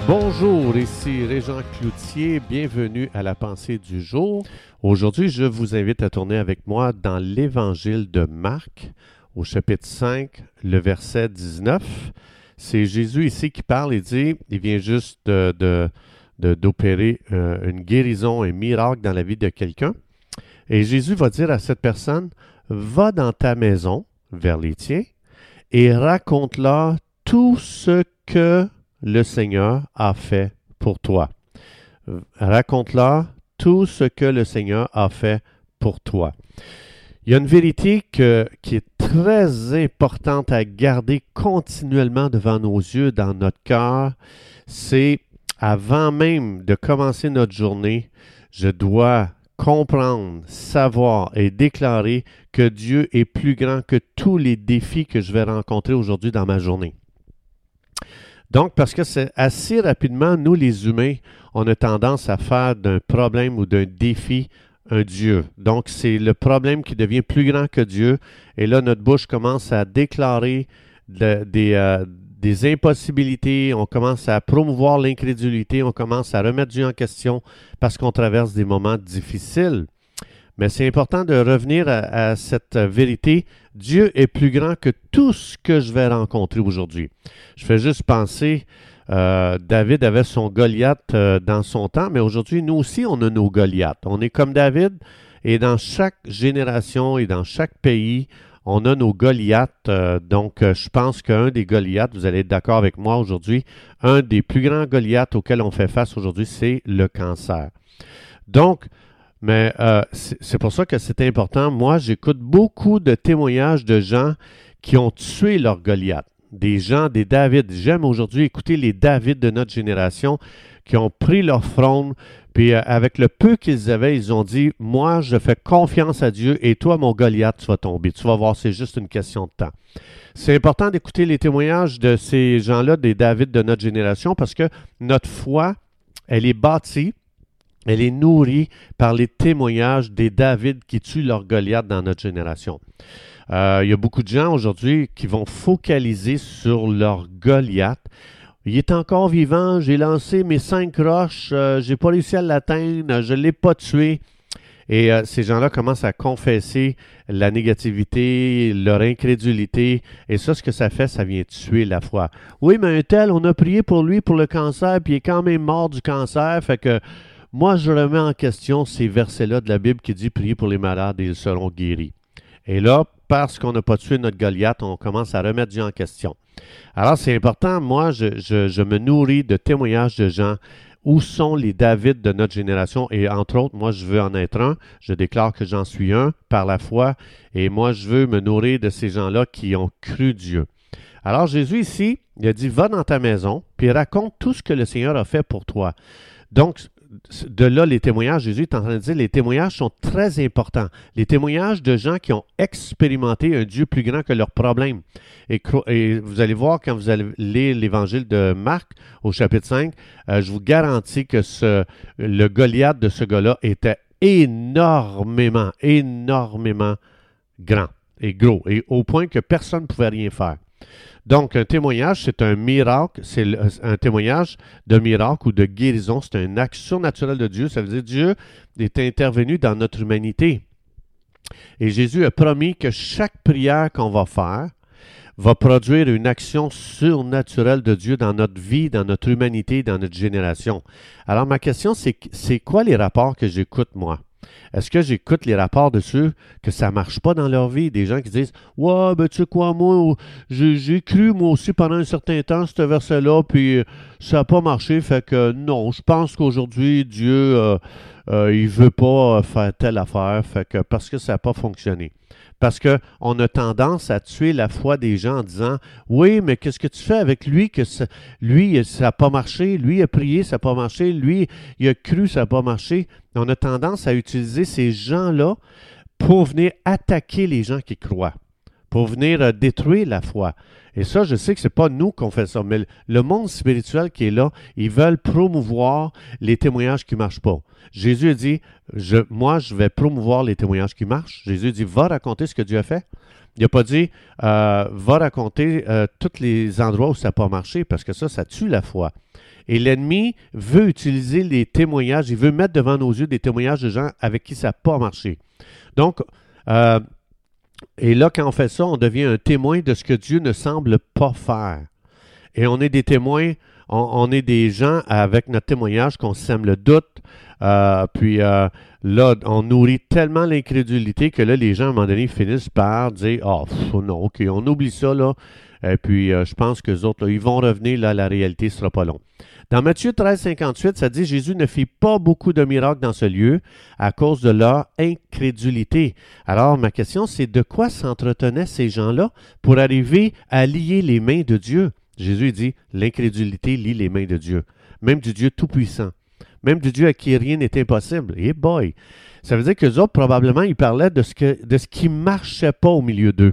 Bonjour, ici Régent Cloutier, bienvenue à la pensée du jour. Aujourd'hui, je vous invite à tourner avec moi dans l'Évangile de Marc, au chapitre 5, le verset 19. C'est Jésus ici qui parle et dit, il vient juste d'opérer une guérison, un miracle dans la vie de quelqu'un. Et Jésus va dire à cette personne, va dans ta maison, vers les tiens, et raconte-leur tout ce que le Seigneur a fait pour toi. Raconte-leur tout ce que le Seigneur a fait pour toi. Il y a une vérité qui est très importante à garder continuellement devant nos yeux, dans notre cœur. C'est, avant même de commencer notre journée, je dois comprendre, savoir et déclarer que Dieu est plus grand que tous les défis que je vais rencontrer aujourd'hui dans ma journée. Donc, parce que c'est assez rapidement, nous les humains, on a tendance à faire d'un problème ou d'un défi un Dieu. Donc, c'est le problème qui devient plus grand que Dieu. Et là, notre bouche commence à déclarer des impossibilités, on commence à promouvoir l'incrédulité, on commence à remettre Dieu en question parce qu'on traverse des moments difficiles. Mais c'est important de revenir à cette vérité. Dieu est plus grand que tout ce que je vais rencontrer aujourd'hui. Je fais juste penser, David avait son Goliath dans son temps, mais aujourd'hui, nous aussi, on a nos Goliaths. On est comme David, et dans chaque génération et dans chaque pays, on a nos Goliaths. Donc, je pense qu'un des Goliaths, vous allez être d'accord avec moi aujourd'hui, un des plus grands Goliaths auxquels on fait face aujourd'hui, c'est le cancer. Donc, mais c'est pour ça que c'est important. Moi, j'écoute beaucoup de témoignages de gens qui ont tué leur Goliath. Des gens, des David. J'aime aujourd'hui écouter les David de notre génération qui ont pris leur front, puis avec le peu qu'ils avaient, ils ont dit, moi, je fais confiance à Dieu et toi, mon Goliath, tu vas tomber. Tu vas voir, c'est juste une question de temps. C'est important d'écouter les témoignages de ces gens-là, des David de notre génération, parce que notre foi, elle est bâtie, elle est nourrie par les témoignages des David qui tuent leur Goliath dans notre génération. Il y a beaucoup de gens aujourd'hui qui vont focaliser sur leur Goliath. Il est encore vivant, j'ai lancé mes 5 roches, j'ai pas réussi à l'atteindre, je ne l'ai pas tué. Et ces gens-là commencent à confesser la négativité, leur incrédulité. Et ça, ce que ça fait, ça vient tuer la foi. Oui, mais un tel, on a prié pour lui, pour le cancer, puis il est quand même mort du cancer, fait que moi, je remets en question ces versets-là de la Bible qui dit « Priez pour les malades et ils seront guéris ». Et là, parce qu'on n'a pas tué notre Goliath, on commence à remettre Dieu en question. Alors, c'est important. Moi, je me nourris de témoignages de gens. Où sont les David de notre génération? Et entre autres, moi, je veux en être un. Je déclare que j'en suis un par la foi. Et moi, je veux me nourrir de ces gens-là qui ont cru Dieu. Alors, Jésus ici, il a dit « Va dans ta maison, puis raconte tout ce que le Seigneur a fait pour toi. » Donc, de là, les témoignages, Jésus est en train de dire, les témoignages sont très importants. Les témoignages de gens qui ont expérimenté un Dieu plus grand que leurs problèmes. Et vous allez voir, quand vous allez lire l'Évangile de Marc, au chapitre 5, je vous garantis que le Goliath de ce gars-là était énormément grand et gros, et au point que personne ne pouvait rien faire. Donc, un témoignage, c'est un miracle, c'est un témoignage de miracle ou de guérison, c'est un acte surnaturel de Dieu. Ça veut dire que Dieu est intervenu dans notre humanité. Et Jésus a promis que chaque prière qu'on va faire va produire une action surnaturelle de Dieu dans notre vie, dans notre humanité, dans notre génération. Alors, ma question, c'est quoi les rapports que j'écoute, moi? Est-ce que j'écoute les rapports de ceux que ça ne marche pas dans leur vie? Des gens qui disent « Ouais, ben tu sais quoi, moi, j'ai cru moi aussi pendant un certain temps ce verset-là, puis ça n'a pas marché, fait que non, je pense qu'aujourd'hui, Dieu, il ne veut pas faire telle affaire, fait que parce que ça n'a pas fonctionné. » Parce qu'on a tendance à tuer la foi des gens en disant « Oui, mais qu'est-ce que tu fais avec lui? Lui, ça n'a pas marché. Lui, il a prié, ça n'a pas marché. Lui, il a cru, ça n'a pas marché. » On a tendance à utiliser ces gens-là pour venir attaquer les gens qui croient, pour venir détruire la foi. Et ça, je sais que ce n'est pas nous qu'on fait ça, mais le monde spirituel qui est là, ils veulent promouvoir les témoignages qui ne marchent pas. Jésus a dit, moi, je vais promouvoir les témoignages qui marchent. Jésus dit, va raconter ce que Dieu a fait. Il n'a pas dit, va raconter tous les endroits où ça n'a pas marché, parce que ça tue la foi. Et l'ennemi veut utiliser les témoignages, il veut mettre devant nos yeux des témoignages de gens avec qui ça n'a pas marché. Donc, et là, quand on fait ça, on devient un témoin de ce que Dieu ne semble pas faire. Et on est des témoins, on est des gens avec notre témoignage qu'on sème le doute. Là, on nourrit tellement l'incrédulité que là, les gens, à un moment donné, finissent par dire « Ah, non, OK, on oublie ça, là. » Et puis, je pense que les autres, là, ils vont revenir, là, la réalité ne sera pas longue. Dans Matthieu 13, 58, ça dit « Jésus ne fit pas beaucoup de miracles dans ce lieu à cause de leur incrédulité. » Alors, ma question, c'est de quoi s'entretenaient ces gens-là pour arriver à lier les mains de Dieu? Jésus dit « L'incrédulité lie les mains de Dieu, même du Dieu Tout-Puissant. » Même du Dieu à qui rien n'est impossible. Et boy! Ça veut dire qu'eux autres, probablement, ils parlaient de ce qui ne marchait pas au milieu d'eux.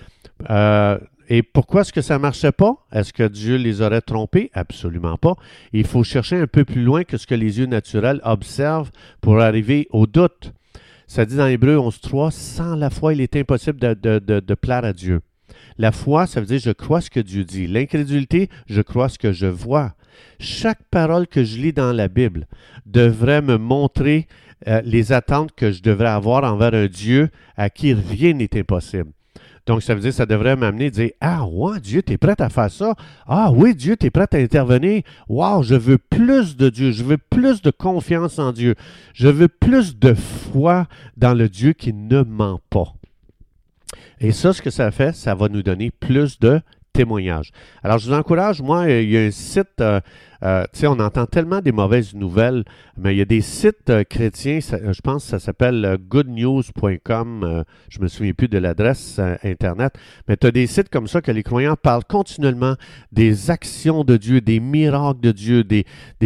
Et pourquoi est-ce que ça ne marchait pas? Est-ce que Dieu les aurait trompés? Absolument pas. Il faut chercher un peu plus loin que ce que les yeux naturels observent pour arriver au doute. Ça dit dans Hébreux 11.3, « Sans la foi, il est impossible de plaire à Dieu. » La foi, ça veut dire « je crois ce que Dieu dit ». L'incrédulité, « je crois ce que je vois ». Chaque parole que je lis dans la Bible devrait me montrer les attentes que je devrais avoir envers un Dieu à qui rien n'est impossible. Donc, ça veut dire, ça devrait m'amener à dire, « Ah, ouais, Dieu, tu es prêt à faire ça? Ah oui, Dieu, tu es prêt à intervenir? Wow, je veux plus de Dieu, je veux plus de confiance en Dieu, je veux plus de foi dans le Dieu qui ne ment pas. » Et ça, ce que ça fait, ça va nous donner plus de témoignages. Alors, je vous encourage, moi, il y a un site, tu sais, on entend tellement des mauvaises nouvelles, mais il y a des sites chrétiens, je pense que ça s'appelle goodnews.com, je ne me souviens plus de l'adresse Internet, mais tu as des sites comme ça que les croyants parlent continuellement des actions de Dieu, des miracles de Dieu, des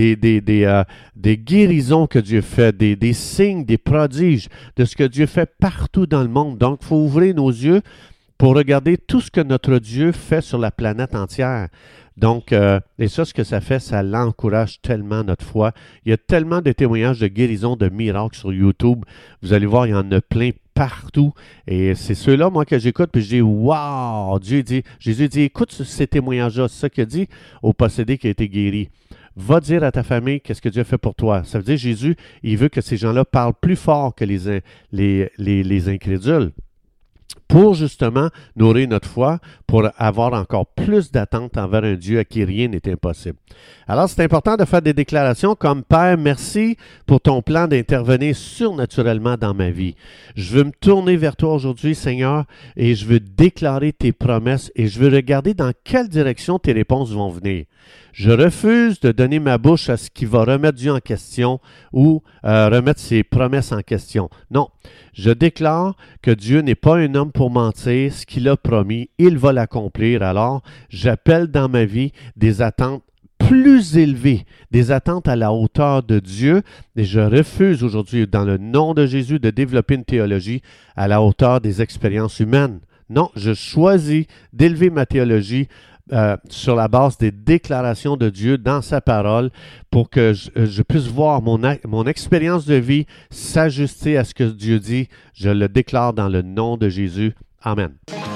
guérisons que Dieu fait, des signes, des prodiges, de ce que Dieu fait partout dans le monde. Donc, il faut ouvrir nos yeux pour regarder tout ce que notre Dieu fait sur la planète entière. Donc, et ça, ce que ça fait, ça l'encourage tellement notre foi. Il y a tellement de témoignages de guérison, de miracles sur YouTube. Vous allez voir, il y en a plein partout. Et c'est ceux-là, moi, que j'écoute, puis je dis, wow! Jésus dit, écoute ces témoignages-là. C'est ça qu'il a dit au possédé qui a été guéri. Va dire à ta famille qu'est-ce que Dieu a fait pour toi. Ça veut dire, Jésus, il veut que ces gens-là parlent plus fort que les incrédules, pour justement nourrir notre foi, pour avoir encore plus d'attente envers un Dieu à qui rien n'est impossible. Alors, c'est important de faire des déclarations comme « Père, merci pour ton plan d'intervenir surnaturellement dans ma vie. Je veux me tourner vers toi aujourd'hui, Seigneur, et je veux déclarer tes promesses et je veux regarder dans quelle direction tes réponses vont venir. Je refuse de donner ma bouche à ce qui va remettre Dieu en question ou remettre ses promesses en question. Non, je déclare que Dieu n'est pas un homme pour mentir. Ce qu'il a promis, il va l'accomplir. Alors, j'appelle dans ma vie des attentes plus élevées, des attentes à la hauteur de Dieu. Et je refuse aujourd'hui, dans le nom de Jésus, de développer une théologie à la hauteur des expériences humaines. Non, je choisis d'élever ma théologie sur la base des déclarations de Dieu dans sa parole pour que je puisse voir mon expérience de vie s'ajuster à ce que Dieu dit. Je le déclare dans le nom de Jésus. Amen.